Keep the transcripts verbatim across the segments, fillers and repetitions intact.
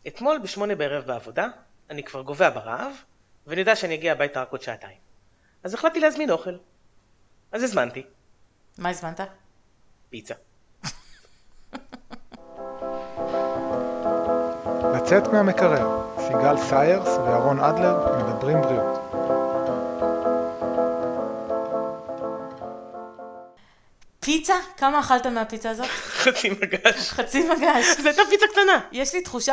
אתמול בשמונה בערב בעבודה, אני כבר גובע ברעב, ואני יודע שאני אגיע הביתה רק עוד שעתיים. אז החלטתי להזמין אוכל. אז הזמנתי. מה הזמנת? פיצה. לצאת מהמקרר, סיגל סיירס ואהרון אדלר מדברים בריאות. פיצה? כמה אכלת מהפיצה הזאת? חצי מגש. חצי מגש. זו הייתה פיצה קטנה. יש לי תחושה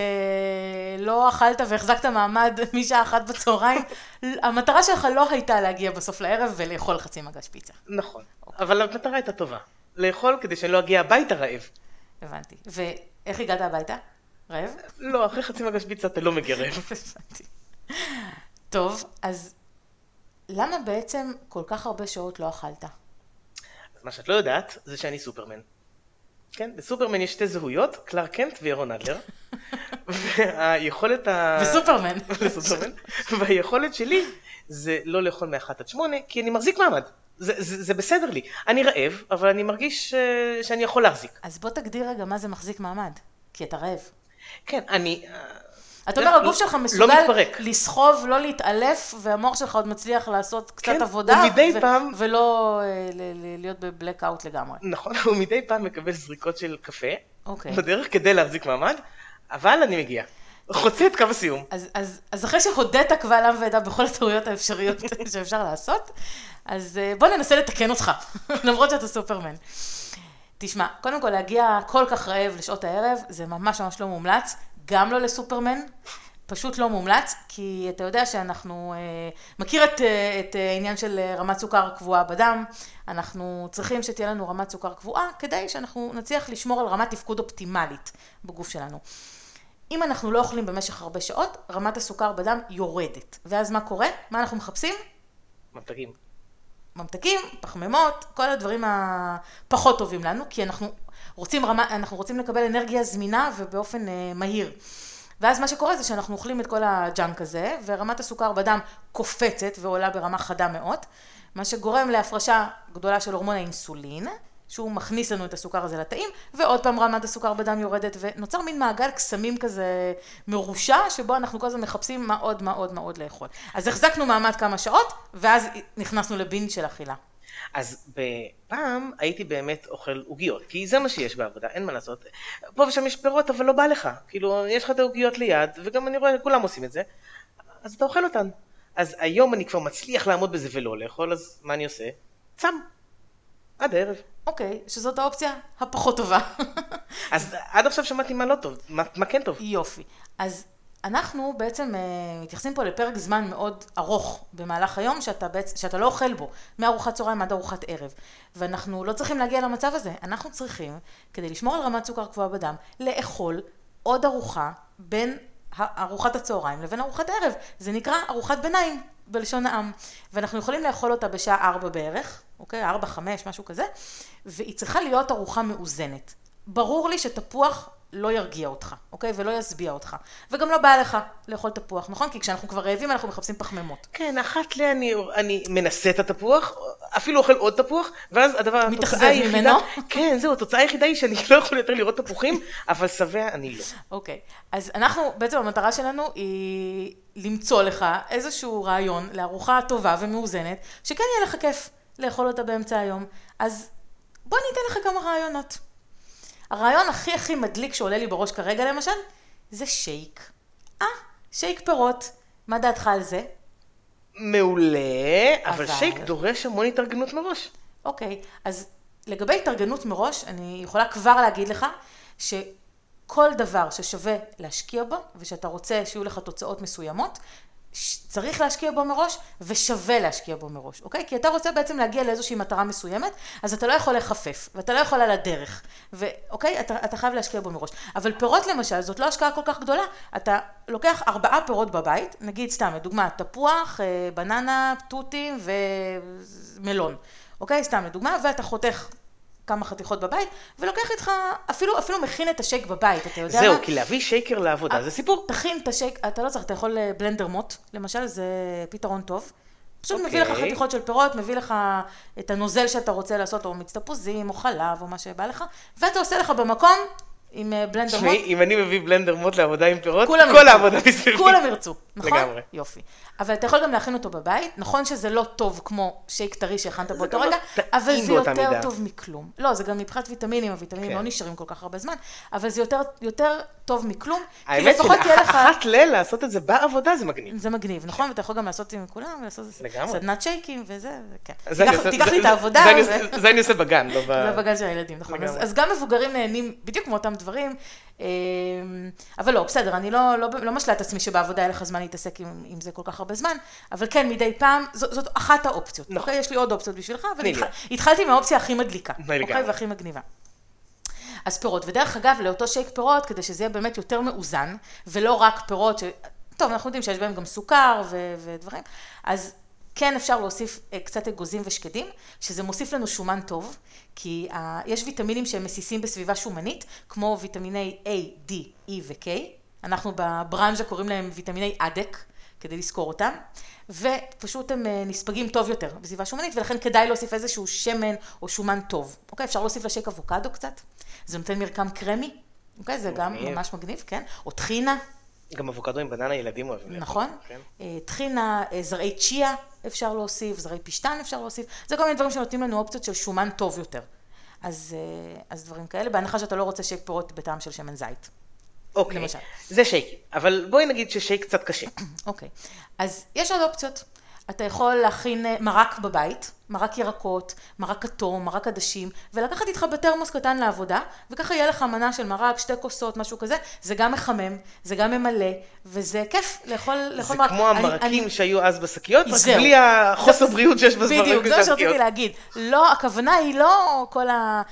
שכשלא אכלת והחזקת מעמד משעה אחת בצהריים, המטרה שלך לא הייתה להגיע בסוף לערב ולאכול חצי מגש פיצה. נכון, אבל המטרה הייתה טובה. לאכול כדי שאני לא אגיע הביתה רעב. הבנתי. ואיך הגעת הביתה? רעב? לא, אחרי חצי מגש פיצה אתה לא מגיע רעב. הבנתי. טוב, אז למה בעצם כל כך הרבה שעות לא אכלת? אז מה שאת לא יודעת זה שאני סופרמן. כן, בסופרמן יש שתי זהויות, קלארק קנט וירון אדלר. והיכולת ה... וסופרמן. וסופרמן. והיכולת שלי זה לא לאכול מאחת עד שמונה, כי אני מחזיק מעמד. זה, זה, זה בסדר לי. אני רעב, אבל אני מרגיש uh, שאני יכול להחזיק. אז בוא תגדיר רגע מה זה מחזיק מעמד, כי אתה רעב. כן, אני... אתה אומר, הגוף שלך מסוגל מתפרק. לסחוב, לא להתעלף, והמוח שלך עוד מצליח לעשות קצת כן, עבודה, ומדי ו- פעם... ולא uh, ל- ל- להיות בבלק אאוט לגמרי. נכון, הוא מדי פעם מקבל זריקות של קפה, אוקיי. בדרך כדי להחזיק מעמד, אבל אני מגיע. חוצה את קו הסיום. אז, אז, אז אחרי שהודית קבל עם ועדה בכל הטעויות האפשריות שאפשר לעשות, אז uh, בוא ננסה לתקן אותך, למרות שאתה סופרמן. תשמע, קודם כל להגיע כל כך רעב לשעות הערב, זה ממש ממש לא מומלץ, גם לא לסופרמן, פשוט לא מומלץ, כי אתה יודע שאנחנו, אה, מכיר את, אה, את העניין של רמת סוכר קבועה בדם, אנחנו צריכים שתהיה לנו רמת סוכר קבועה, כדי שאנחנו נצליח לשמור על רמת תפקוד אופטימלית בגוף שלנו. אם אנחנו לא אוכלים במשך הרבה שעות, רמת הסוכר בדם יורדת. ואז מה קורה? מה אנחנו מחפשים? ממתקים. ממתקים, פחמימות, כל הדברים הפחות טובים לנו, כי אנחנו רוצים, רמה, אנחנו רוצים לקבל אנרגיה זמינה ובאופן אה, מהיר. ואז מה שקורה זה שאנחנו אוכלים את כל הג'אנק הזה, ורמת הסוכר בדם קופצת ועולה ברמה חדה מאוד, מה שגורם להפרשה גדולה של הורמון האינסולין, שהוא מכניס לנו את הסוכר הזה לתאים, ועוד פעם רמת הסוכר בדם יורדת, ונוצר מין מעגל קסמים כזה מרושע, שבו אנחנו כל הזמן מחפשים מאוד מאוד מאוד לאכול. אז החזקנו מעמד כמה שעות, ואז נכנסנו לבינג' של אכילה. אז בפעם הייתי באמת אוכל עוגיות, כי זה מה שיש בעבודה, אין מה לעשות. פה ושם יש פירות, אבל לא בא לך. כאילו, יש לך את העוגיות ליד, וגם אני רואה, כולם עושים את זה, אז אתה אוכל אותן. אז היום אני כבר מצליח לעמוד בזה ולא לאכול, אז מה אני עושה? צם. עד הערב. אוקיי, שזאת האופציה הפחות טובה. אז עד עכשיו שמעתי מה לא טוב, מה, מה כן טוב. יופי. אז אנחנו בעצם uh, מתייחסים פה לפרק זמן מאוד ארוך במהלך היום, שאתה, בעצ... שאתה לא אוכל בו, מארוחת צהריים עד ארוחת ערב. ואנחנו לא צריכים להגיע למצב הזה. אנחנו צריכים, כדי לשמור על רמת סוכר קבועה בדם, לאכול עוד ארוחה בין ארוחת הצהריים לבין ארוחת ערב. זה נקרא ארוחת ביניים בלשון העם. ואנחנו יכולים לאכול אותה בשעה ארבע בערך, אוקיי? ארבע, חמש, משהו כזה. והיא צריכה להיות ארוחה מאוזנת. ברור לי שתפוח לא ירגיע אותך, אוקיי? ולא יסביע אותך. וגם לא בא לך לאכול תפוח, נכון? כי כשאנחנו כבר רעבים אנחנו מחפשים פחמימות. כן, אחת לי אני, אני מנסה את התפוח, אפילו אוכל עוד תפוח, ואז הדבר, מתאכזב ממנו? כן, זהו, התוצאה היחידה היא שאני לא יכול יותר לראות תפוחים, אבל שבע אני לא. אוקיי, אז אנחנו, בעצם המטרה שלנו היא למצוא לך איזשהו רעיון לארוחה טובה ומאוזנת, שכן יהיה לך כיף לאכול אותה באמצע היום. אז בוא ניתן לך כמה רעיונות. הרעיון הכי הכי מדליק שעולה לי בראש כרגע למשל, זה שייק. אה, שייק פירות. מה דעתך על זה? מעולה, אבל, אבל... שייק דורש המון התארגנות מראש. אוקיי, אז לגבי התארגנות מראש, אני יכולה כבר להגיד לך שכל דבר ששווה להשקיע בו, ושאתה רוצה שיהיו לך תוצאות מסוימות, צריך להשקיע בו מראש ושווה להשקיע בו מראש, אוקיי? כי אתה רוצה בעצם להגיע לאיזושהי מטרה מסוימת, אז אתה לא יכול לחפף, ואתה לא יכול על הדרך, ואוקיי? אתה, אתה חייב להשקיע בו מראש. אבל פירות למשל, זאת לא השקעה כל כך גדולה, אתה לוקח ארבעה פירות בבית, נגיד סתם, לדוגמה, תפוח, בננה, תותים ומלון, אוקיי? סתם לדוגמה, ואתה חותך כמה חתיכות בבית, ולוקח איתך, אפילו, אפילו מכין את השייק בבית, אתה יודע זהו, מה? כי להביא שייקר לעבודה, זה סיפור. תכין את השייק, אתה לא צריך, אתה יכול בלנדר מוט, למשל, זה פתרון טוב. פשוט אוקיי. מביא לך חתיכות של פירות, מביא לך את הנוזל שאתה רוצה לעשות, או מיץ תפוזים, או חלב, או מה שבא לך, ואתה עושה לך במקום עם בלנדר מוט. שמי, אם אני מביא בלנדר מוט לעבודה עם פירות, כולם כל העבודה מסביבי. כולם ירצו, נכון? לגמרי. יופי. אבל אתה יכול גם להכין אותו בבית, נכון שזה לא טוב כמו שייק טרי שהכנת באותו רגע, אבל זה יותר טוב מכלום. לא, זה גם מבחינת ויטמינים, הוויטמינים לא נשארים כל כך הרבה זמן, אבל זה יותר טוב מכלום, כי לפחות תהיה לך... אחת ליל לעשות את זה בעבודה זה מגניב. זה מגניב, נכון? ואתה יכול גם לעשות עם כולם, ולעשות סדנת שייקים וזה, וכן. זה- תיקח לי את העבודה. זה אני ו- עושה- זה אני עושה בגן, לא ב... זה בגן של הילדים, נכון. אז, לגמרי. אז גם מבוגרים נהנים בדיוק מאותם דברים, אה, אבל לא, בסדר, אני לא, לא, לא משלה את עצמי שבעבודה היה לך זמן להתעסק עם, עם זה כל כך הרבה זמן, אבל כן, מדי פעם, זאת, זאת אחת האופציות, נכון. אוקיי? יש לי עוד אופציות בשבילך, אבל תני לי. התח, התחלתי מהאופציה הכי מדליקה, לגמרי. אוקיי? והכי מגניבה. אז פירות, ודרך אגב, לאותו שייק פירות, כדי שזה יהיה באמת יותר מאוזן, ולא רק פירות ש... טוב, אנחנו יודעים שיש בהם גם סוכר ו- ודברים, אז כן אפשר להוסיף אה, קצת אגוזים ושקדים, שזה מוסיף לנו שומן טוב, כי אה, יש ויטמינים שהם מסיסים בסביבה שומנית, כמו ויטמיני A, D, E ו-K, אנחנו בברנז'ה קוראים להם ויטמיני אדק, כדי לזכור אותם, ופשוט הם אה, נספגים טוב יותר בסביבה שומנית, ולכן כדאי להוסיף איזשהו שמן או שומן טוב. אוקיי, אפשר להוסיף לשייק אבוקדו קצת, זה נותן מרקם קרמי, אוקיי, זה גם מגניב. ממש מגניב, כן? או טחינה. גם אבוקדו עם בננה ילדים אוהבים. לאכול, נכון, כן? אה, טחינה, אה, זרעי צ'יה אפשר להוסיף, זרעי פשטן אפשר להוסיף, זה כל מיני דברים שנותנים לנו אופציות של שומן טוב יותר. אז, אה, אז דברים כאלה, בהנחה שאתה לא רוצה שייק פירות בטעם של שמן זית. אוקיי, למשל. זה שייק, אבל בואי נגיד ששייק קצת קשה. אוקיי, אז יש עוד אופציות. אתה יכול להכין אה, מרק בבית, מרק ירקות, מרק כתום, מרק עדשים, ולקחת איתך בתרמוס קטן לעבודה, וככה יהיה לך מנה של מרק, שתי כוסות, משהו כזה, זה גם מחמם, זה גם ממלא, וזה כיף לאכול, לאכול זה מרק. כמו אני- המרקים אני- שהיו אז בשקיות, רק זהו. בלי החוסר זה- בריאות שיש בזמן. בדיוק, זה מה שרציתי להגיד. לא, הכוונה היא לא כל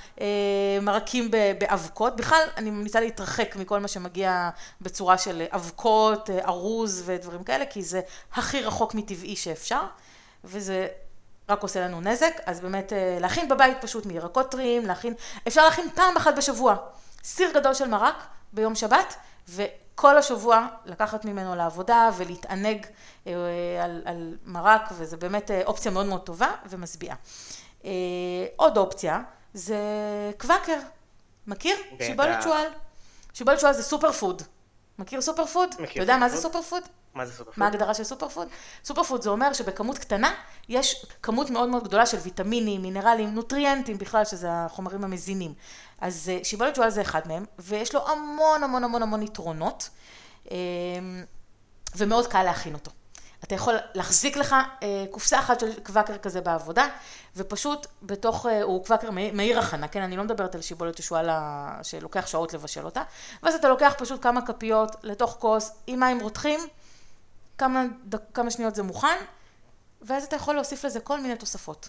המרקים ב- באבקות, בכלל אני ממליצה להתרחק מכל מה שמגיע בצורה של אבקות, ארוז ודברים כאלה, כי זה הכי רחוק מטבעי שאפשר, וזה רק עושה לנו נזק, אז באמת אה, להכין בבית פשוט מירקות טריים, להכין, אפשר להכין פעם אחת בשבוע, סיר גדול של מרק ביום שבת, וכל השבוע לקחת ממנו לעבודה ולהתענג אה, על, על מרק, וזה באמת אה, אופציה מאוד מאוד טובה ומשביעה. אה, עוד אופציה זה קוואקר, מכיר? בטח. שיבולת שועל. שיבולת שועל זה סופר פוד. מכיר סופר פוד? מכיר אתה יודע מה זה סופר סופר פוד? מה זה סופרפוד? מה ההגדרה של סופר פוד? סופר פוד זה אומר שבכמות קטנה יש כמות מאוד מאוד גדולה של ויטמינים, מינרלים, נוטריאנטים בכלל, שזה החומרים המזינים. אז אה, שיבולת שועל זה אחד מהם, ויש לו המון המון המון המון יתרונות, אה, ומאוד קל להכין אותו. אתה יכול להחזיק לך אה, קופסה אחת של קוואקר כזה בעבודה, ופשוט בתוך, אה, הוא קוואקר מהיר הכנה, כן? אני לא מדברת על שיבולת שועל ה- שלוקח שעות לבשל אותה, ואז אתה לוקח פשוט כמה כפיות לתוך כוס עם מים רותחים, כמה, דק, כמה שניות זה מוכן, ואז אתה יכול להוסיף לזה כל מיני תוספות.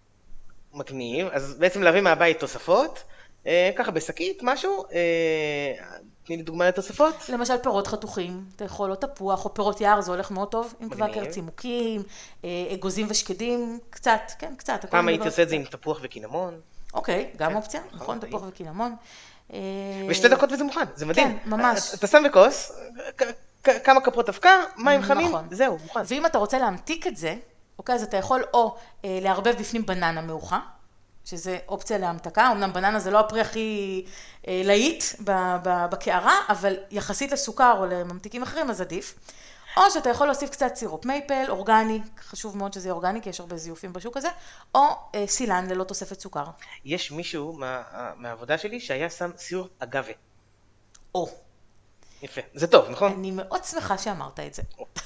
מגניב, אז בעצם להביא מהבית תוספות, אה, ככה בשקית, משהו, אה, תני לי דוגמה לתוספות. למשל פירות חתוכים, אתה יכול או תפוח או פירות יער, זה הולך מאוד טוב, עם מגניב. קוואקר, צימוקים, אה, אגוזים ושקדים, קצת, כן, קצת. הכל פעם הייתי מדבר- עושה את זה עם תפוח וקינמון, אוקיי, גם כן, אופציה, נכון, נכון, טעים. תפוח וקינמון. אה, ושתי דקות וזה מוכן, זה מדהים. כן, ממש. אתה שם בכוס, כ- כ- כמה כפות אבקה, מים חמים, נכון. זהו, מוכן. ואם אתה רוצה להמתיק את זה, אוקיי, אז אתה יכול או אה, לערבב בפנים בננה מעוכה, שזה אופציה להמתקה, אמנם בננה זה לא הפרי הכי אה, להיט ב- ב- בקערה, אבל יחסית לסוכר או לממתיקים אחרים, אז עדיף. או שאתה יכול להוסיף קצת סירופ מייפל, אורגני, חשוב מאוד שזה יהיה אורגני, כי יש הרבה זיופים בשוק הזה, או אה, סילן ללא תוספת סוכר. יש מישהו מה- מהעבודה שלי שהיה שם סירופ אגבה. או, יפה, זה טוב, נכון? אני מאוד שמחה שאמרת את זה.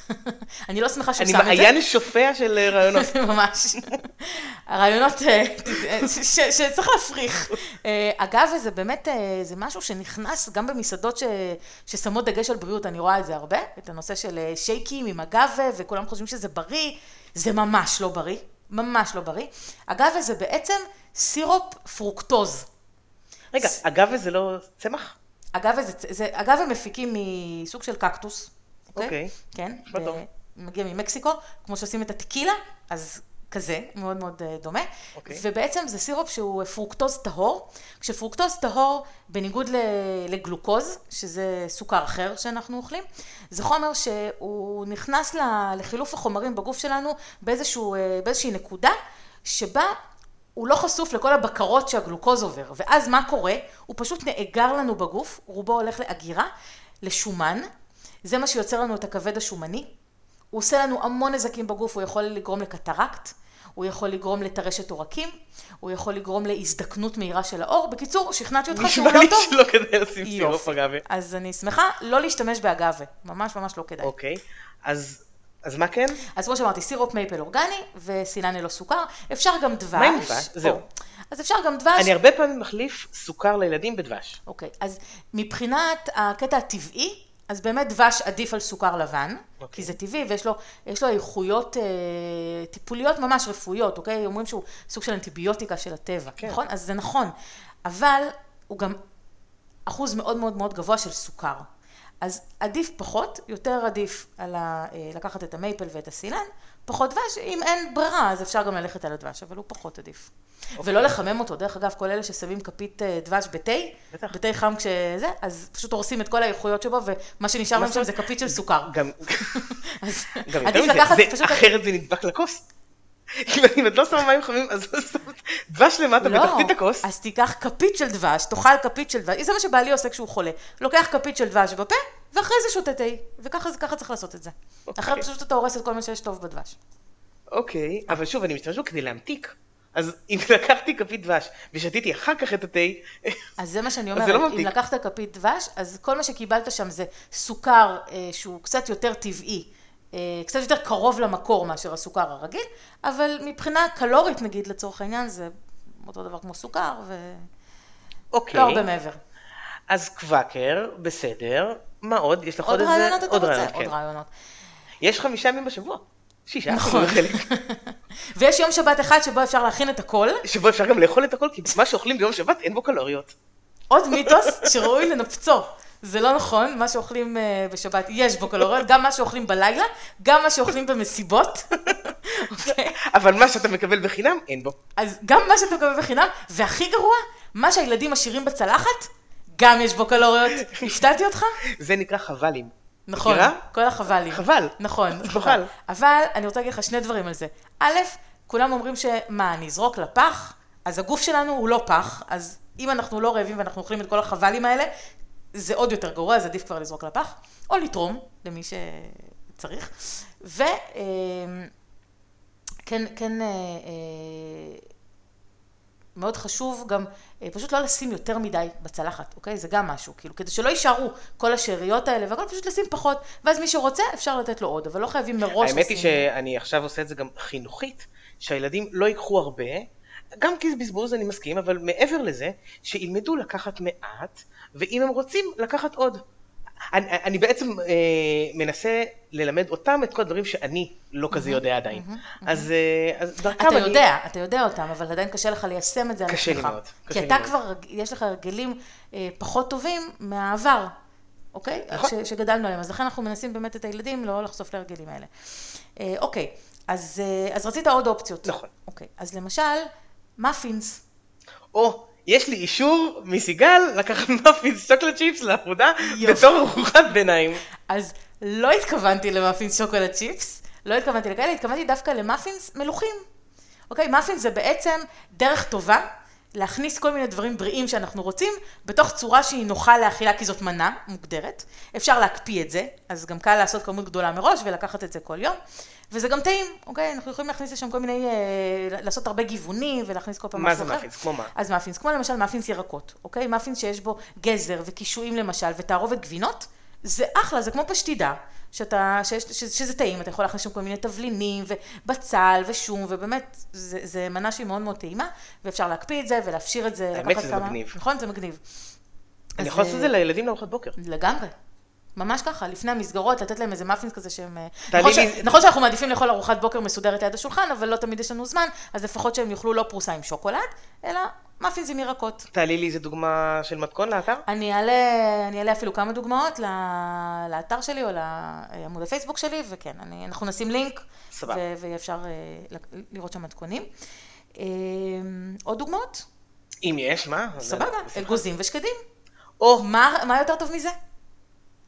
אני לא שמחה שהוא אני שם את זה. מעיין שופע של אה, רעיונות. ממש. הרעיונות אה, ש- שצריך להפריך. אה, אגב, זה באמת, אה, זה משהו שנכנס גם במסעדות ש- ששמות דגש על בריאות, אני רואה את זה הרבה, את הנושא של אה, שייקים עם אגבה, וכולם חושבים שזה בריא, זה ממש לא בריא, ממש לא בריא. אגבה זה בעצם סירופ פרוקטוז. רגע, אגבה זה לא צמח? אגבה זה, זה, אגבה מפיקים מסוג של קקטוס. אוקיי. כן. נשמע טוב. מגיע ממקסיקו, כמו שעושים את הטקילה, אז כזה, מאוד מאוד אה, דומה. אוקיי. ובעצם זה סירופ שהוא פרוקטוז טהור, כשפרוקטוז טהור, בניגוד ל- לגלוקוז, שזה סוכר אחר שאנחנו אוכלים, זה חומר שהוא נכנס ל- לחילוף החומרים בגוף שלנו באיזשהו, אה, באיזושהי נקודה, שבה הוא לא חשוף לכל הבקרות שהגלוקוז עובר, ואז מה קורה? הוא פשוט נאגר לנו בגוף, רובו הולך לאגירה, לשומן, זה מה שיוצר לנו את הכבד השומני, הוא עושה לנו המון נזקים בגוף, הוא יכול לגרום לקטרקט, הוא יכול לגרום לטרשת עורקים, הוא יכול לגרום להזדקנות מהירה של האור. בקיצור, שכנעתי אותך שהוא לא טוב. נשמע לי שלא כדאי לשים סירופ אגבי. אז אני שמחה לא להשתמש באגבי, ממש ממש לא כדאי. אוקיי, אז, אז מה כן? אז כמו שאמרתי, סירופ מייפל אורגני וסילן ללא סוכר, אפשר גם דבש. מה עם דבש? זהו. אז אפשר גם דבש. אני הרבה פעמים מחליף סוכר לילדים בדבש. אוקיי, אז מבחינת הקטע הטבעי, אז באמת דבש עדיף על סוכר לבן, okay. כי זה טבעי ויש לו, יש לו איכויות אה, טיפוליות ממש רפואיות, אוקיי? אומרים שהוא סוג של אנטיביוטיקה של הטבע, okay. נכון? אז זה נכון, אבל הוא גם אחוז מאוד מאוד מאוד גבוה של סוכר. אז עדיף פחות, יותר עדיף על ה, אה, לקחת את המייפל ואת הסילן, פחות דבש, אם אין ברירה אז אפשר גם ללכת על הדבש, אבל הוא פחות עדיף. Okay. ולא לחמם אותו, דרך אגב, כל אלה ששמים כפית דבש בתה, בתה חם כשזה, אז פשוט הורסים את כל האיכויות שבו, ומה שנשאר להם שם זה כפית של סוכר. גם, גם יותר מזה, אחרת זה נדבק לכוס. אם את לא שמה מים חמים, אז דבש למטה בתחתית הכוס. אז תיקח כפית של דבש, תאכל כפית של דבש, זה מה שבעלי עושה כשהוא חולה. לוקח כפית של דבש בפה, ואחרי זה שותה תה, וככה צריך לעשות את זה. אחרי פשוט אתה הורס את כל מה שיש טוב בדבש. אוקיי, אבל שוב, אני משתמש בו כדי להמתיק. אז אם לקחתי כפית דבש ושתיתי אחר כך את התה, אז זה מה שאני אומרת, לא אם לקחת כפית דבש, אז כל מה שקיבלת שם זה סוכר אה, שהוא קצת יותר טבעי, אה, קצת יותר קרוב למקור מאשר הסוכר הרגיל, אבל מבחינה קלורית נגיד לצורך העניין זה אותו דבר כמו סוכר ולא הרבה מעבר. אז קוואקר, בסדר, מה עוד? יש לך עוד איזה... רעיונות אתה רוצה? עוד רעיונות. יש חמישה ימים בשבוע. שישה. נכון. ויש יום שבת אחד שבו אפשר להכין את הכל. שבו אפשר גם לאכול את הכל, כי מה שאוכלים ביום שבת אין בו קלוריות. עוד מיתוס שראוי לנפצו. זה לא נכון, מה שאוכלים בשבת יש בו קלוריות, גם מה שאוכלים בלילה, גם מה שאוכלים במסיבות. אבל מה שאתה מקבל בחינם, אין בו. אז גם מה שאתה מקבל בחינם, והכי גרוע, מה שהילדים משאירים בצלחת, גם יש בו קלוריות. הפתעתי אותך? זה נקרא חבלים. נכון, כל החבלים. חבל. נכון, חבל. אבל אני רוצה להגיד לך שני דברים על זה. א', כולם אומרים שמה, אני אזרוק לפח, אז הגוף שלנו הוא לא פח, אז אם אנחנו לא רעבים ואנחנו אוכלים את כל החבלים האלה, זה עוד יותר גרוע, אז עדיף כבר לזרוק לפח, או לתרום למי שצריך. ו... כן, כן, מאוד חשוב גם פשוט לא לשים יותר מדי בצלחת, אוקיי? זה גם משהו, כאילו, כדי שלא יישארו כל השאריות האלה, והכל פשוט לשים פחות, ואז מי שרוצה אפשר לתת לו עוד, אבל לא חייבים מראש לשים. האמת היא שאני עכשיו עושה את זה גם חינוכית, שהילדים לא ייקחו הרבה, גם כי זה בזבוז אני מסכים, אבל מעבר לזה, שילמדו לקחת מעט, ואם הם רוצים לקחת עוד. אני, אני בעצם אה, מנסה ללמד אותם את כל הדברים שאני לא כזה יודע עדיין. אז, אה, אז דרכם אתה אני... יודע, אתה יודע אותם, אבל עדיין קשה לך ליישם את זה על עצמך. קשה לי מאוד. כי אתה כבר, יש לך הרגלים אה, פחות טובים מהעבר, אוקיי? נכון. ש, שגדלנו עליהם. אז לכן אנחנו מנסים באמת את הילדים לא לחשוף להרגלים האלה. אה, אוקיי, אז, אה, אז רצית עוד אופציות. נכון. אוקיי, אז למשל, מאפינס. או... יש לי אישור מסיגל לקחת מאפינס שוקולד צ'יפס לעבודה בתור ארוחת ביניים. אז לא התכוונתי למאפינס שוקולד צ'יפס, לא התכוונתי לכאלה, התכוונתי דווקא למאפינס מלוכים. אוקיי, מאפינס זה בעצם דרך טובה להכניס כל מיני דברים בריאים שאנחנו רוצים בתוך צורה שהיא נוחה לאכילה, כי זאת מנה מוגדרת. אפשר להקפיא את זה, אז גם קל לעשות כמות גדולה מראש ולקחת את זה כל יום. וזה גם טעים, אוקיי? אנחנו יכולים להכניס לשם כל מיני, לעשות הרבה גיוונים ולהכניס כל פעם משהו אחר. מה זה מאפינס? כמו מה? אז מאפינס, כמו למשל מאפינס ירקות, אוקיי? מאפינס שיש בו גזר וקישואים למשל ותערובת גבינות, זה אחלה, זה כמו פשטידה, שאתה, שיש, שזה טעים, אתה יכול להכניס שם כל מיני תבלינים ובצל ושום, ובאמת זה, זה מנה שהיא מאוד מאוד טעימה, ואפשר להקפיא את זה ולהפשיר את זה. האמת שזה מגניב. נכון, זה מגניב. אני יכול לעשות את זה לילדים לארוחת בוקר. לגמרי. ממש ככה, לפני המסגרות, לתת להם איזה מאפינס כזה שהם... נכון, ש... נכון שאנחנו מעדיפים לאכול ארוחת בוקר מסודרת ליד השולחן, אבל לא תמיד יש לנו זמן, אז לפחות שהם יאכלו לא פרוסה עם שוקולד, אלא מאפינס עם ירקות. תעלי לי איזה דוגמה של מתכון לאתר? אני אעלה, אני אעלה אפילו כמה דוגמאות לאתר שלי או לעמוד הפייסבוק שלי, וכן, אני, אנחנו נשים לינק, ו... ואפשר לראות שם מתכונים. עוד דוגמאות? אם יש, מה? סבבה, אגוזים ושקדים. או, מה, מה יותר טוב מזה?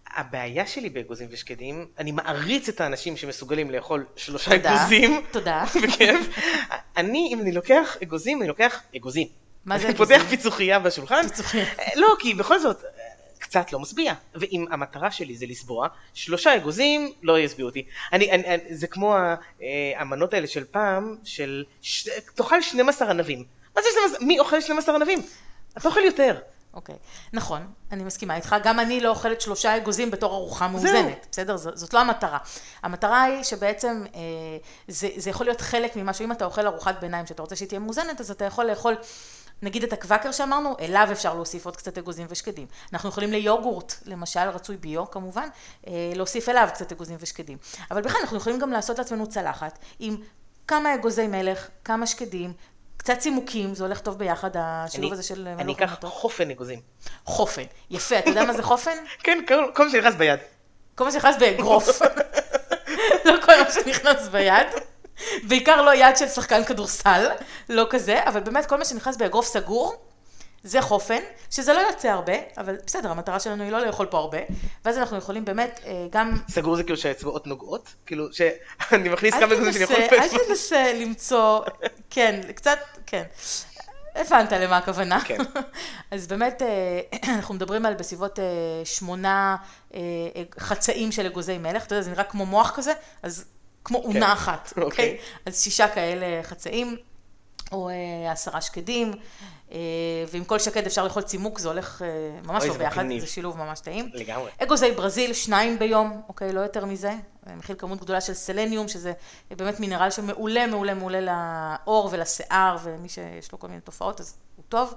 הבעיה שלי באגוזים ושקדים, אני מעריץ את האנשים שמסוגלים לאכול שלושה תודה, אגוזים. תודה. בכיף. אני, אם אני לוקח אגוזים, אני לוקח אגוזים. מה זה אני אגוזים? פותח פיצוחייה בשולחן. פיצוחייה. לא, כי בכל זאת, קצת לא משביע. ואם המטרה שלי זה לסבוע, שלושה אגוזים לא יסביעו אותי. אני, אני, אני, זה כמו המנות האלה של פעם, של ש... תאכל שנים עשר ענבים. מה זה שנים עשר? מי אוכל שנים עשר ענבים? אתה אוכל יותר. אוקיי, נכון, אני מסכימה איתך, גם אני לא אוכלת שלושה אגוזים בתור ארוחה מאוזנת, בסדר? זאת לא המטרה. המטרה היא שבעצם אה, זה, זה יכול להיות חלק ממשהו, אם אתה אוכל ארוחת ביניים שאתה רוצה שהיא תהיה מאוזנת, אז אתה יכול לאכול, נגיד את הקוואקר שאמרנו, אליו אפשר להוסיף עוד קצת אגוזים ושקדים. אנחנו יכולים ליוגורט, למשל, רצוי ביו כמובן, אה, להוסיף אליו קצת אגוזים ושקדים. אבל בכלל אנחנו יכולים גם לעשות לעצמנו צלחת עם כמה אגוזי מלך, כמה שקדים, קצת צימוקים, זה הולך טוב ביחד, השילוב הזה של... אני אקח חופן אגוזים. חופן, יפה, אתה יודע מה זה חופן? כן, כל מה שנכנס ביד. כל מה שנכנס באגרוף. לא כל מה שנכנס ביד. בעיקר לא יד של שחקן כדורסל, לא כזה, אבל באמת כל מה שנכנס באגרוף סגור, זה חופן, שזה לא יוצא הרבה, אבל בסדר, המטרה שלנו היא לא לאכול פה הרבה, ואז אנחנו יכולים באמת גם... סגור זה כאילו שהאצבעות נוגעות? כאילו שאני מכניס כמה אגוזים שאני יכול... אל תנסה למצוא, כן, קצת, כן. הבנת למה הכוונה. כן. אז באמת אנחנו מדברים על בסביבות שמונה חצאים של אגוזי מלך, אתה יודע, זה נראה כמו מוח כזה, אז כמו עונה אחת, אוקיי? אז שישה כאלה חצאים, או עשרה שקדים, ועם כל שקד אפשר לאכול צימוק, זה הולך ממש לא ביחד, זה שילוב ממש טעים. לגמרי. אגוזי ברזיל, שניים ביום, אוקיי, לא יותר מזה. מכיל כמות גדולה של סלניום, שזה באמת מינרל שמעולה, מעולה, מעולה לעור ולשיער, ומי שיש לו כל מיני תופעות, אז הוא טוב.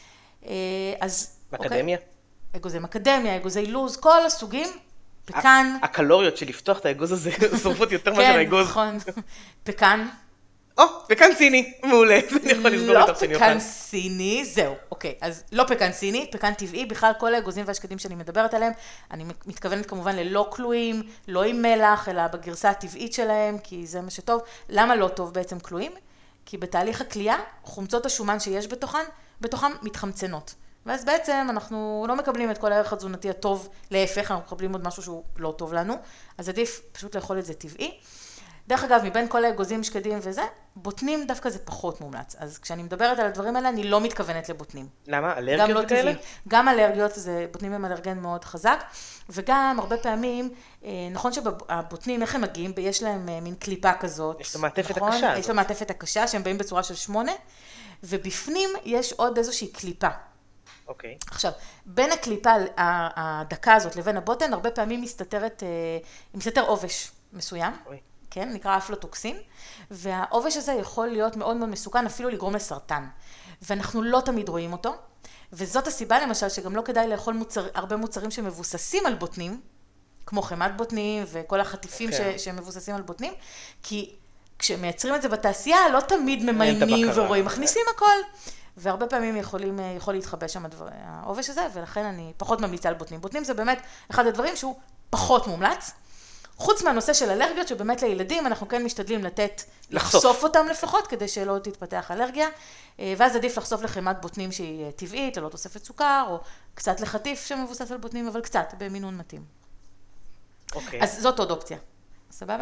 אז... מקדמיה? אגוזי מקדמיה, אגוזי לוז, כל הסוגים, פקן. הקלוריות של לפתוח את האגוז הזה שורפות יותר מאשר האגוז. כן, נכון. פקן. או, פקן סיני, מעולה, זה יכול לסגור לא לתוך שאני אוכל. פקן סיני, זהו, אוקיי, אז לא פקן סיני, פקן טבעי, בכלל כל האגוזים והשקדים שאני מדברת עליהם, אני מתכוונת כמובן ללא כלואים, לא עם מלח, אלא בגרסה הטבעית שלהם, כי זה מה שטוב. למה לא טוב בעצם כלואים? כי בתהליך הקלייה, חומצות השומן שיש בתוכן, בתוכן מתחמצנות. ואז בעצם אנחנו לא מקבלים את כל הערך התזונתי הטוב, להפך, אנחנו מקבלים עוד משהו שהוא לא טוב לנו, אז עדיף פשוט לאכול את זה טבעי. דרך אגב, מבין כל האגוזים, שקדים וזה, בוטנים דווקא זה פחות מומלץ. אז כשאני מדברת על הדברים האלה, אני לא מתכוונת לבוטנים. למה? אלרגיות לא כאלה? גם אלרגיות, זה, בוטנים הם אלרגן מאוד חזק, וגם הרבה פעמים, נכון שהבוטנים, איך הם מגיעים? יש להם מין קליפה כזאת. יש לו מעטפת נכון? הקשה. יש לו מעטפת הקשה, שהם באים בצורה של שמונה, ובפנים יש עוד איזושהי קליפה. אוקיי. עכשיו, בין הקליפה, הדקה הזאת לבין הבוטן, הרבה פעמים מסתתרת, מסתתר עובש מסוים. אוי. כן, נקרא אפלוטוקסין, והעובש הזה יכול להיות מאוד מאוד מסוכן, אפילו לגרום לסרטן. ואנחנו לא תמיד רואים אותו, וזאת הסיבה למשל שגם לא כדאי לאכול מוצר, הרבה מוצרים שמבוססים על בוטנים, כמו חמת בוטנים וכל החטיפים okay. ש, שמבוססים על בוטנים, כי כשמייצרים את זה בתעשייה, לא תמיד ממיינים ורואים, מכניסים הכל, והרבה פעמים יכולים, יכול להתחבא שם הדבר, העובש הזה, ולכן אני פחות ממליצה על בוטנים. בוטנים זה באמת אחד הדברים שהוא פחות מומלץ, חוץ מהנושא של אלרגיות, שבאמת לילדים אנחנו כן משתדלים לתת, לחשוף, לחשוף אותם לפחות, כדי שלא תתפתח אלרגיה, ואז עדיף לחשוף לחמת בוטנים שהיא טבעית, ללא תוספת סוכר, או קצת לחטיף שמבוסס על בוטנים, אבל קצת, במינון מתאים. אוקיי. אז זאת עוד אופציה. סבבה?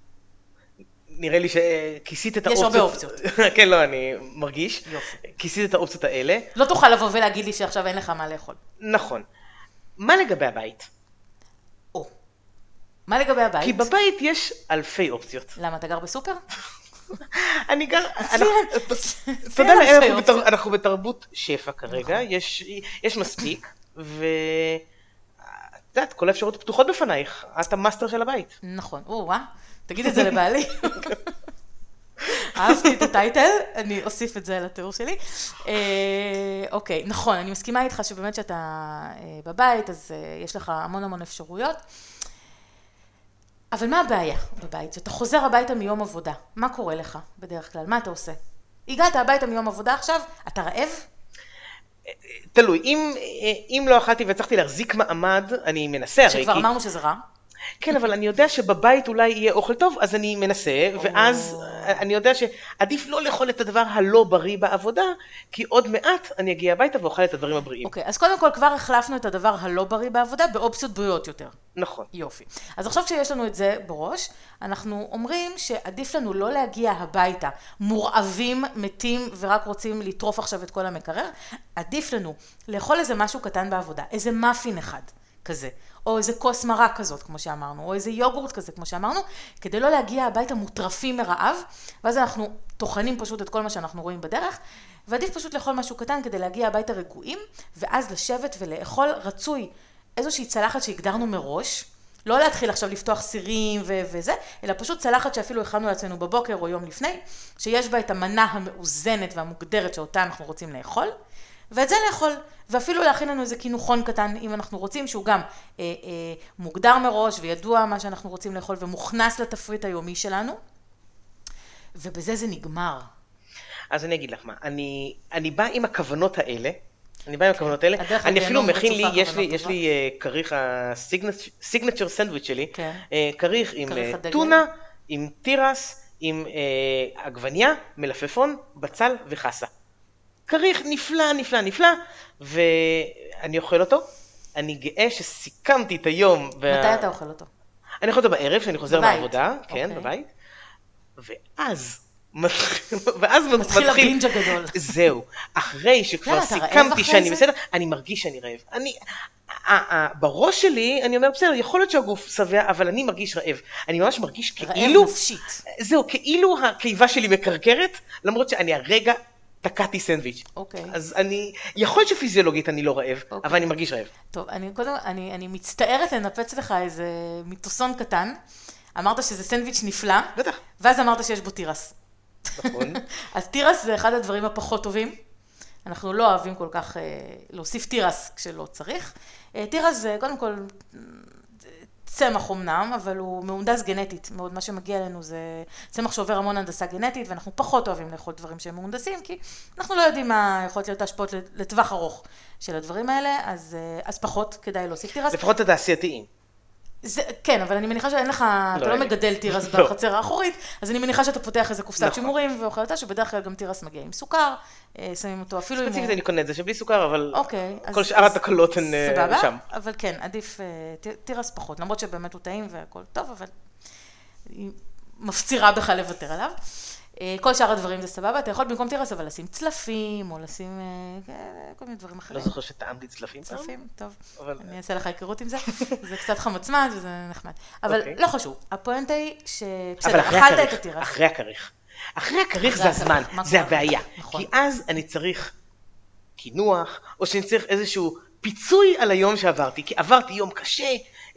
נראה לי שכיסית את האופציות. יש הרבה אופציות. כן, לא, אני מרגיש. יופי. כיסית את האופציות האלה. לא תוכל לבוא ולהגיד לי שעכשיו אין לך מה לאכול. נכון. מה לגבי הבית? מה לגבי הבית? כי בבית יש אלפי אופציות. למה, אתה גר בסופר? אני גר... תודה לאל, אנחנו בתרבות שפע כרגע, יש מספיק, ואת יודעת, כל האפשרות פתוחות בפנייך, את המאסטר של הבית. נכון, או, אה? תגיד את זה לבעלי. אהבתי את הטייטל, אני אוסיף את זה לתיאור שלי. אוקיי, נכון, אני מסכימה איתך שבאמת שאתה בבית, אז יש לך המון המון אפשרויות. אבל מה הבעיה בבית? שאתה חוזר הביתה מיום עבודה, מה קורה לך בדרך כלל? מה אתה עושה? הגעת הביתה מיום עבודה עכשיו, אתה רעב? תלוי, אם, אם לא אכלתי והצלחתי להחזיק מעמד, אני מנסה הרי. שכבר אמרנו שזה רע? כן, אבל אני יודע שבבית אולי יהיה אוכל טוב, אז אני מנסה, ואז אני יודע שעדיף לא לאכול את הדבר הלא בריא בעבודה, כי עוד מעט אני אגיע הביתה ואוכל את הדברים הבריאים. אוקיי, אז קודם כל כבר החלפנו את הדבר הלא בריא בעבודה באופציות בריאות יותר. נכון. יופי. אז עכשיו כשיש לנו את זה בראש, אנחנו אומרים שעדיף לנו לא להגיע הביתה מורעבים, מתים ורק רוצים לטרוף עכשיו את כל המקרר, עדיף לנו לאכול איזה משהו קטן בעבודה, איזה מאפין אחד כזה, או איזה כוס מרק כזאת, כמו שאמרנו, או איזה יוגורט כזה, כמו שאמרנו, כדי לא להגיע הביתה מוטרפים מרעב, ואז אנחנו טוחנים פשוט את כל מה שאנחנו רואים בדרך, ועדיף פשוט לאכול משהו קטן כדי להגיע הביתה רגועים, ואז לשבת ולאכול רצוי איזושהי צלחת שהגדרנו מראש, לא להתחיל עכשיו לפתוח סירים ו- וזה, אלא פשוט צלחת שאפילו הכנו לעצמנו בבוקר או יום לפני, שיש בה את המנה המאוזנת והמוגדרת שאותה אנחנו רוצים לאכול, ואת זה לאכול, ואפילו להכין לנו איזה כינוכון קטן, אם אנחנו רוצים, שהוא גם אה, אה, מוגדר מראש וידוע מה שאנחנו רוצים לאכול, ומוכנס לתפריט היומי שלנו, ובזה זה נגמר. אז אני אגיד לך מה, אני, אני בא עם הכוונות האלה, אני בא עם הכוונות האלה, אני אפילו מכין לי, יש לי, יש לי כריך הסיגנצ'ר סנדוויץ' שלי, כריך עם טונה, עם תירס, עם עגבניה, מלפפון, בצל וחסה. כריך נפלא, נפלא, נפלא, ואני אוכל אותו. אני גאה שסיכמתי את היום. מתי אתה אוכל אותו? אני אוכל אותו בערב, כשאני חוזר מהעבודה, כן, בבית. ואז, ואז מתחיל הבינג' הגדול. זהו, אחרי שכבר סיכמתי שאני בסדר, אני מרגיש שאני רעב. אני, בראש שלי, אני אומר, בסדר, יכול להיות שהגוף שבע, אבל אני מרגיש רעב. אני ממש מרגיש כאילו, רעב נפשית. זהו, כאילו הקיבה שלי מקרקרת, למרות שאני הרגע תקעתי סנדוויץ'. אוקיי. אז אני, יכול להיות שפיזיולוגית אני לא רעב, אבל אני מרגיש רעב. טוב, אני קודם, אני, אני מצטערת לנפץ לך איזה מיתוסון קטן. אמרת שזה סנדוויץ' נפלא. בטח. ואז אמרת שיש בו תירס. נכון. אז תירס זה אחד הדברים הפחות טובים. אנחנו לא אוהבים כל כך אה, להוסיף תירס כשלא צריך. אה, תירס זה קודם כל צמח אמנם, אבל הוא מהונדס גנטית. מאוד מה שמגיע אלינו זה צמח שעובר המון הנדסה גנטית, ואנחנו פחות אוהבים לאכול דברים שהם מהונדסים, כי אנחנו לא יודעים מה יכולות להיות ההשפעות לטווח ארוך של הדברים האלה, אז, אז פחות כדאי להוסיף תירס. לפחות התעשייתיים. זה, כן, אבל אני מניחה שאין לך, לא אתה לא אני. מגדל תירס לא. בחצר האחורית, אז אני מניחה שאתה פותח איזה קופסת נכון. שימורים ואוכל אותה, שבדרך כלל גם תירס מגיע עם סוכר, שמים אותו אפילו עם... ספציפית אני קונה את זה שבלי סוכר, אבל אוקיי, כל אז, שאר אז, התקלות הן סבבה, שם. אבל כן, עדיף תירס פחות, למרות שבאמת הוא טעים והכל טוב, אבל היא מפצירה בך לוותר עליו. כל שאר הדברים זה סבבה, אתה יכול במקום תירס, אבל לשים צלפים, או לשים כל מיני דברים אחרים. לא זוכר שטעמתי צלפים. צלפים, טוב. אני אעשה לך היכרות עם זה. זה קצת חמצמץ וזה נחמד. אבל לא חשוב. הפואנטה היא שבסדר, אכלת את התירס. אחרי הכריך. אחרי הכריך זה הזמן, זה הבעיה. כי אז אני צריך קינוח, או שאני צריך איזשהו פיצוי על היום שעברתי, כי עברתי יום קשה,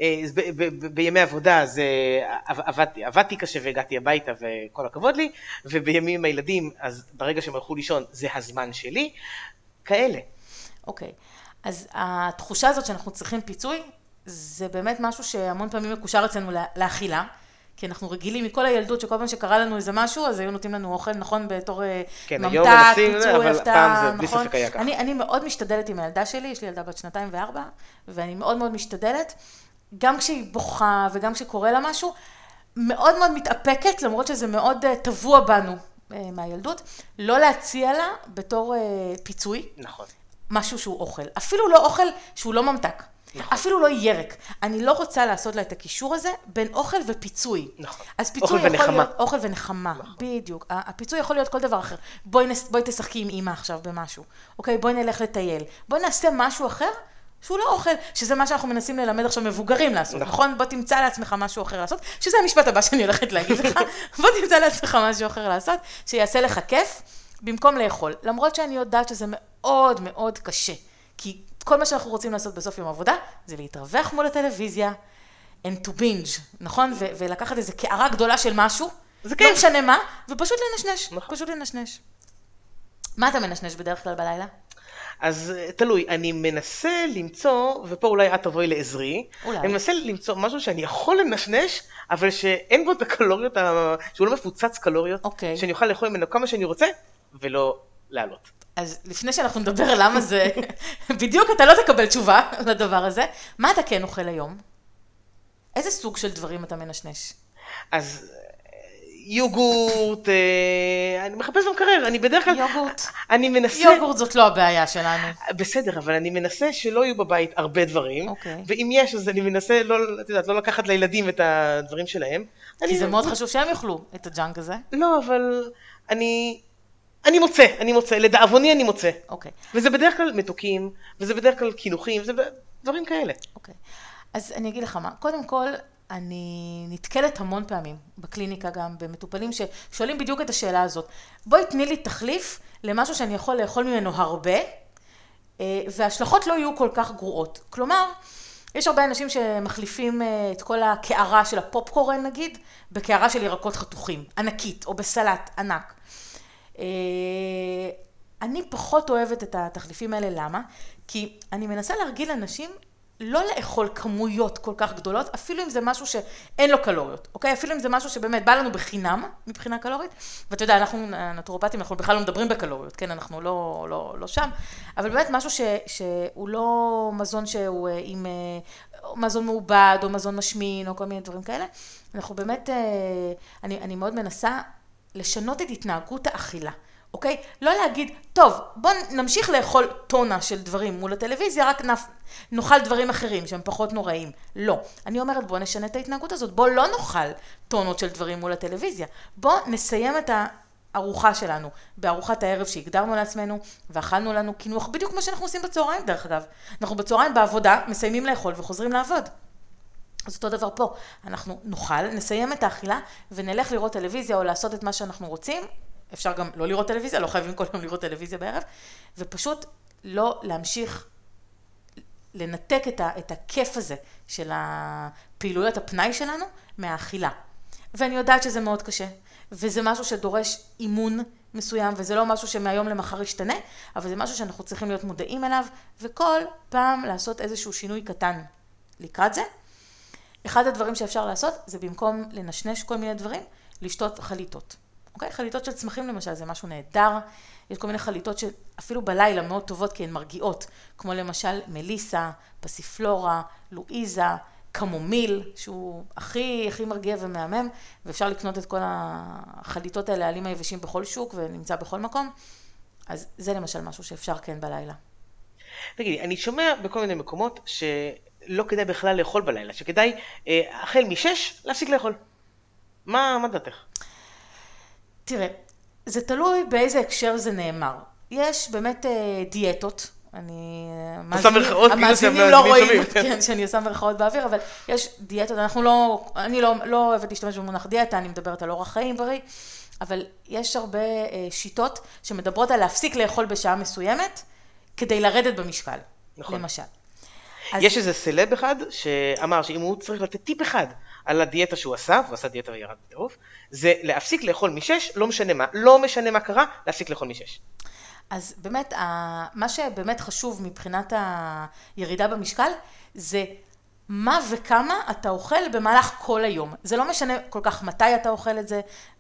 בימי עבודה אז עבדתי, עבדתי קשה והגעתי הביתה וכל הכבוד לי, ובימים עם הילדים אז ברגע שהם הלכו לישון זה הזמן שלי, כאלה. אוקיי, אז התחושה הזאת שאנחנו צריכים פיצוי, זה באמת משהו שהמון פעמים מקושר אצלנו לאכילה, כי אנחנו רגילים מכל הילדות שכל פעם שקרה לנו איזה משהו, אז היו נותנים לנו אוכל, נכון, בתור כן, ממתק, פיצוי, הפתעה, נכון? אני, אני מאוד משתדלת עם הילדה שלי, יש לי ילדה בת שנתיים וארבע, ואני מאוד מאוד משתדלת, גם כשהיא בוכה וגם כשקורה לה משהו, מאוד מאוד מתאפקת, למרות שזה מאוד טבוע בנו מהילדות, לא להציע לה בתור פיצוי, נכון. משהו שהוא אוכל. אפילו לא אוכל שהוא לא ממתק. נכון. אפילו לא ירק. אני לא רוצה לעשות לה את הקישור הזה בין אוכל ופיצוי. נכון. אז פיצוי אוכל יכול ונחמה. להיות אוכל ונחמה. נכון. בדיוק. הפיצוי יכול להיות כל דבר אחר. בואי, נס... בואי תשחקי עם אמא עכשיו במשהו. אוקיי, בואי נלך לטייל. בואי נעשה משהו אחר שהוא לא אוכל, שזה מה שאנחנו מנסים ללמד עכשיו מבוגרים לעשות. נכון? נכון? בוא תמצא לעצמך משהו אחר לעשות, שזה המשפט הבא שאני הולכת להגיד לך. בוא תמצא לעצמך משהו אחר לעשות, שיעשה לך כיף במקום לאכול. למרות שאני יודעת שזה מאוד מאוד קשה. כי כל מה שאנחנו רוצים לעשות בסוף יום עבודה, זה להתרווח מול הטלוויזיה, and to binge, נכון? ו- ולקחת איזו קערה גדולה של משהו, לא משנה מה, ופשוט לנשנש, נכון. פשוט לנשנש. מה אתה מנשנש בדרך כלל בלילה? אז תלוי, אני מנסה למצוא, ופה אולי את תבואי לעזרי, אולי. אני מנסה למצוא משהו שאני יכול לנשנש, אבל שאין בו את הקלוריות, שהוא לא מפוצץ קלוריות, אוקיי. שאני אוכל לאכול ממנו כמה שאני רוצה, ולא לעלות. אז לפני שאנחנו נדבר למה זה, בדיוק אתה לא תקבל תשובה לדבר הזה, מה אתה כן אוכל היום? איזה סוג של דברים אתה מנשנש? אז יוגורט, אני מחפש במקרר, אני בדרך כלל... יוגורט. אני מנסה... יוגורט זאת לא הבעיה שלנו. בסדר, אבל אני מנסה שלא יהיו בבית הרבה דברים, אוקיי. ואם יש, אז אני מנסה לא, את יודעת, לא לקחת לילדים את הדברים שלהם. כי אני... זה מאוד חשוב שהם יאכלו את הג'אנק הזה. לא, אבל אני... אני מוצא, אני מוצא, לדאבוני אני מוצא. אוקיי. וזה בדרך כלל מתוקים, וזה בדרך כלל קינוחים, וזה דברים כאלה. אוקיי. אז אני אגיד לך מה, קודם כל, אני נתקלת המון פעמים, בקליניקה גם, במטופלים ששואלים בדיוק את השאלה הזאת. בואי תני לי תחליף למשהו שאני יכול לאכול ממנו הרבה, וההשלכות לא יהיו כל כך גרועות. כלומר, יש הרבה אנשים שמחליפים את כל הקערה של הפופקורן נגיד, בקערה של ירקות חתוכים, ענקית, או בסלט ענק. אני פחות אוהבת את התחליפים האלה, למה? כי אני מנסה להרגיל אנשים לא לאכול כמויות כל כך גדולות, אפילו אם זה משהו שאין לו קלוריות, אוקיי? אפילו אם זה משהו שבאמת בא לנו בחינם, מבחינה קלורית, ואתה יודע, אנחנו נטורופטים, אנחנו בכלל לא מדברים בקלוריות, כן? אנחנו לא, לא, לא שם, אבל באמת משהו ש, שהוא לא מזון שהוא עם מזון מעובד, או מזון משמין, או כל מיני דברים כאלה. אנחנו באמת, אני, אני מאוד מנסה לשנות את התנהגות האכילה. אוקיי? לא להגיד, טוב, בוא נמשיך לאכול טונה של דברים מול הטלוויזיה, רק נפ... נאכל דברים אחרים שהם פחות נוראים. לא. אני אומרת, בוא נשנה את ההתנהגות הזאת, בוא לא נאכל טונות של דברים מול הטלוויזיה. בוא נסיים את הארוחה שלנו, בארוחת הערב שהגדרנו לעצמנו, ואכלנו לנו קינוח, בדיוק כמו שאנחנו עושים בצהריים, דרך אגב. אנחנו בצהריים בעבודה, מסיימים לאכול וחוזרים לעבוד. אז אותו דבר פה. אנחנו נאכל, נסיים את האכילה, ונלך לראות טלוויזיה או לעשות את מה שאנחנו רוצים, אפשר גם לא לראות טלוויזיה, לא חייבים כל יום לראות טלוויזיה בערב, ופשוט לא להמשיך לנתק את, ה, את הכיף הזה של הפעילויות הפנאי שלנו מהאכילה. ואני יודעת שזה מאוד קשה, וזה משהו שדורש אימון מסוים, וזה לא משהו שמהיום למחר ישתנה, אבל זה משהו שאנחנו צריכים להיות מודעים אליו, וכל פעם לעשות איזשהו שינוי קטן לקראת זה. אחד הדברים שאפשר לעשות, זה במקום לנשנש כל מיני דברים, לשתות חליטות. אוקיי? חליטות של צמחים למשל, זה משהו נהדר. יש כל מיני חליטות שאפילו בלילה מאוד טובות כי הן מרגיעות, כמו למשל מליסה, פסיפלורה, לואיזה, קמומיל, שהוא הכי, הכי מרגיע ומהמם, ואפשר לקנות את כל החליטות האלה, העלים היבשים בכל שוק ונמצא בכל מקום. אז זה למשל משהו שאפשר כן בלילה. תגידי, אני שומע בכל מיני מקומות שלא כדאי בכלל לאכול בלילה, שכדאי החל משש להפסיק לאכול. מה, מה דעתך? תראה, זה תלוי באיזה הקשר זה נאמר. יש באמת דיאטות, אני... המאזינים לא רואים, כן, שאני עושה מרכאות באוויר, אבל יש דיאטות, אנחנו לא, אני לא, לא אוהבת להשתמש במונח דיאטה, אני מדברת על אורח חיים בריא, אבל יש הרבה שיטות שמדברות על להפסיק לאכול בשעה מסוימת, כדי לרדת במשקל, נכון. למשל. יש איזה סלב אחד שאמר שאם הוא צריך לתת טיפ אחד על הדיאטה שהוא עשה, הוא עשה דיאטה וירד בטירוף, זה להפסיק לאכול משש, לא משנה מה, לא משנה מה קרה, להפסיק לאכול משש. אז באמת, מה שבאמת חשוב מבחינת הירידה במשקל, זה מה וכמה אתה אוכל במהלך כל היום. זה לא משנה כל כך מתי אתה אוכל את זה,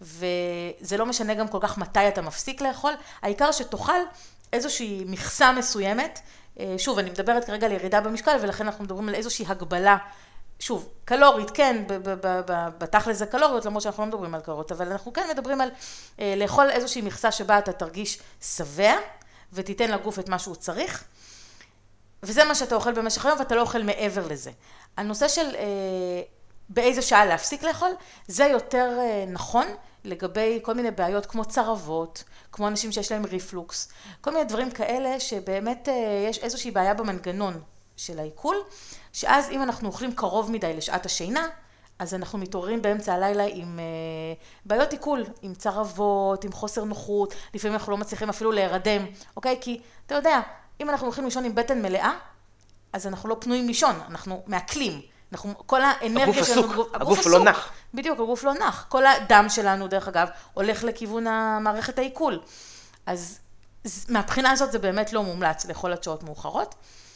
וזה לא משנה גם כל כך מתי אתה מפסיק לאכול, העיקר שתאכל איזושהי מכסה מסוימת, שוב, אני מדברת כרגע על ירידה במשקל, ולכן אנחנו מדברים על איזושהי הגבלה, שוב, קלורית, כן, בתכל'ס זה קלוריות, למרות שאנחנו לא מדברים על קלוריות, אבל אנחנו כן מדברים על לאכול איזושהי מכסה שבה אתה תרגיש שבע, ותיתן לגוף את מה שהוא צריך, וזה מה שאתה אוכל במשך היום, ואתה לא אוכל מעבר לזה. הנושא של באיזה שעה להפסיק לאכול, זה יותר נכון לגבי כל מיני בעיות כמו צרבות, כמו אנשים שיש להם ריפלוקס, כל מיני דברים כאלה שבאמת יש איזושהי בעיה במנגנון של העיכול, שאז אם אנחנו אוכלים קרוב מדי לשעת השינה, אז אנחנו מתעוררים באמצע הלילה עם בעיות עיכול, עם צרבות, עם חוסר נוחות, לפעמים אנחנו לא מצליחים אפילו להירדם, אוקיי? כי אתה יודע, אם אנחנו הולכים לישון עם בטן מלאה, אז אנחנו לא פנויים לישון, אנחנו מעכלים. אנחנו, כל האנרגיה שלנו, הגוף עסוק, הגוף לא נח. בדיוק, הגוף לא נח. כל הדם שלנו, דרך אגב, הולך לכיוון המערכת העיכול. אז מהבחינה הזאת זה באמת לא מומלץ לאכול עד שעות מאוחרות.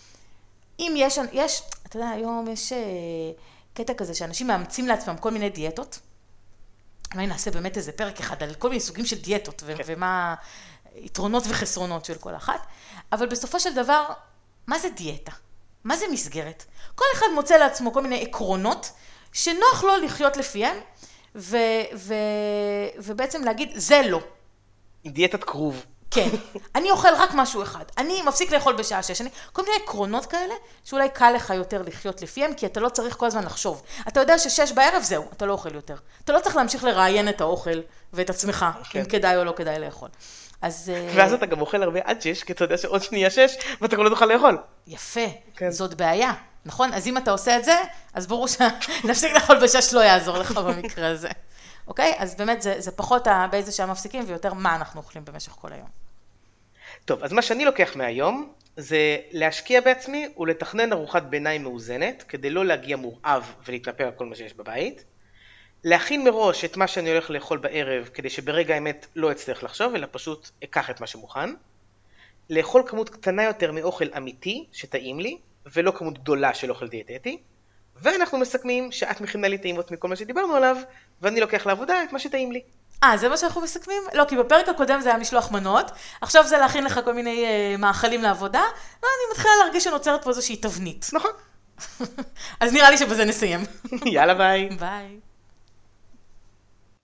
אם יש, יש, אתה יודע, היום יש קטע כזה שאנשים מאמצים לעצמם כל מיני דיאטות. אולי נעשה באמת איזה פרק אחד על כל מיני סוגים של דיאטות, כן. ומה יתרונות וחסרונות של כל אחת. אבל בסופו של דבר, מה זה דיאטה? מה זה מסגרת? כל אחד מוצא לעצמו כל מיני עקרונות שנוח לו לחיות לפיהם, ו, ו, ובעצם להגיד, זה לא. דיאטת כרוב. כן, אני אוכל רק משהו אחד, אני מפסיק לאכול בשעה שש, אני, כל מיני עקרונות כאלה, שאולי קל לך יותר לחיות לפיהם, כי אתה לא צריך כל הזמן לחשוב. אתה יודע ששש בערב זהו, אתה לא אוכל יותר. אתה לא צריך להמשיך לראיין את האוכל ואת עצמך, כן. אם כדאי או לא כדאי לאכול. אז... ואז אתה גם אוכל הרבה עד שש, כי אתה יודע שעוד שנייה שש, ואתה כבר לא תוכל לאכול. יפה, כן. זאת בעיה, נכון? אז אם אתה עושה את זה, אז ברור שנפסיק לאכול בשש לא יעזור לך במקרה הזה. אוקיי? אז באמת זה, זה פחות באיזה שעה מפסיקים, ויותר מה אנחנו אוכלים במשך כל היום. טוב, אז מה שאני לוקח מהיום, זה להשקיע בעצמי ולתכנן ארוחת ביניים מאוזנת, כדי לא להגיע מורעב ולהתנפל על כל מה שיש בבית. להכין מראש את מה שאני הולך לאכול בערב, כדי שברגע האמת לא אצטרך לחשוב, אלא פשוט אקח את מה שמוכן. לאכול כמות קטנה יותר מאוכל אמיתי, שטעים לי, ולא כמות גדולה של אוכל דיאטטי. ואנחנו מסכמים שאת מכינה לי טעימות מכל מה שדיברנו עליו, ואני לוקח לעבודה את מה שטעים לי. אה, זה מה שאנחנו מסכמים? לא, כי בפרק הקודם זה היה משלוח מנות, עכשיו זה להכין לך כל מיני אה, מאכלים לעבודה, ואני מתחילה להרגיש שנוצרת פה איזושהי תבנית. נכון. אז נראה לי שבזה נסיים. יאללה ביי. ביי.